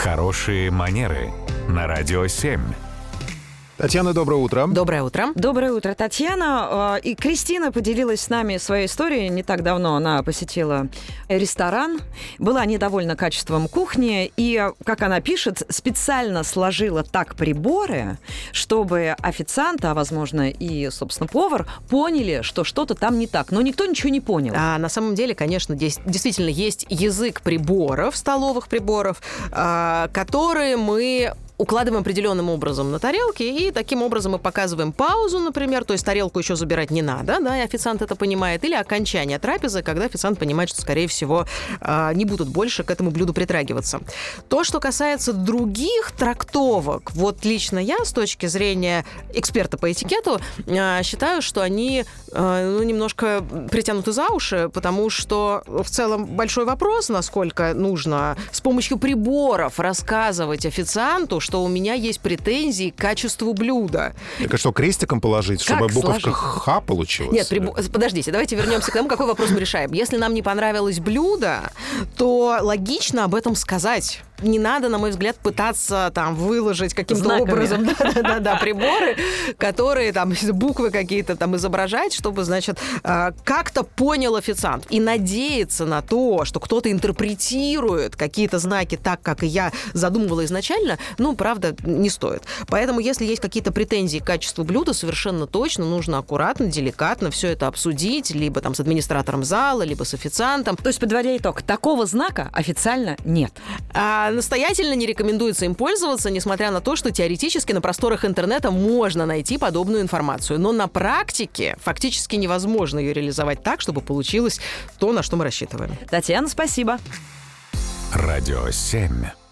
Хорошие манеры на Радио 7. Татьяна, доброе утро. Доброе утро. Доброе утро, Татьяна. И Кристина поделилась с нами своей историей. Не так давно она посетила ресторан, была недовольна качеством кухни и, как она пишет, специально сложила так приборы, чтобы официант, а возможно и, собственно, повар, поняли, что что-то там не так. Но никто ничего не понял. А на самом деле, конечно, здесь действительно есть язык приборов, столовых приборов, которые мы укладываем определенным образом на тарелки, и таким образом мы показываем паузу, например, то есть тарелку еще забирать не надо, да, и официант это понимает, или окончание трапезы, когда официант понимает, что, скорее всего, не будут больше к этому блюду притрагиваться. То, что касается других трактовок, вот лично я, с точки зрения эксперта по этикету, считаю, что они немножко притянуты за уши, потому что в целом большой вопрос, насколько нужно с помощью приборов рассказывать официанту, что у меня есть претензии к качеству блюда. Так а что, крестиком положить, чтобы буковка «Х» получилась? Нет, подождите, давайте вернемся к тому, какой вопрос мы решаем. Если нам не понравилось блюдо, то логично об этом сказать. Не надо, на мой взгляд, пытаться там выложить каким-то образом приборы, которые там буквы какие-то там изображать, чтобы, значит, как-то понял официант. И надеяться на то, что кто-то интерпретирует какие-то знаки так, как и я задумывала изначально, правда, не стоит. Поэтому, если есть какие-то претензии к качеству блюда, совершенно точно нужно аккуратно, деликатно все это обсудить, либо там с администратором зала, либо с официантом. То есть, подводя итог, такого знака официально нет. Настоятельно не рекомендуется им пользоваться, несмотря на то, что теоретически на просторах интернета можно найти подобную информацию. Но на практике фактически невозможно ее реализовать так, чтобы получилось то, на что мы рассчитываем. Татьяна, спасибо. Радио 7.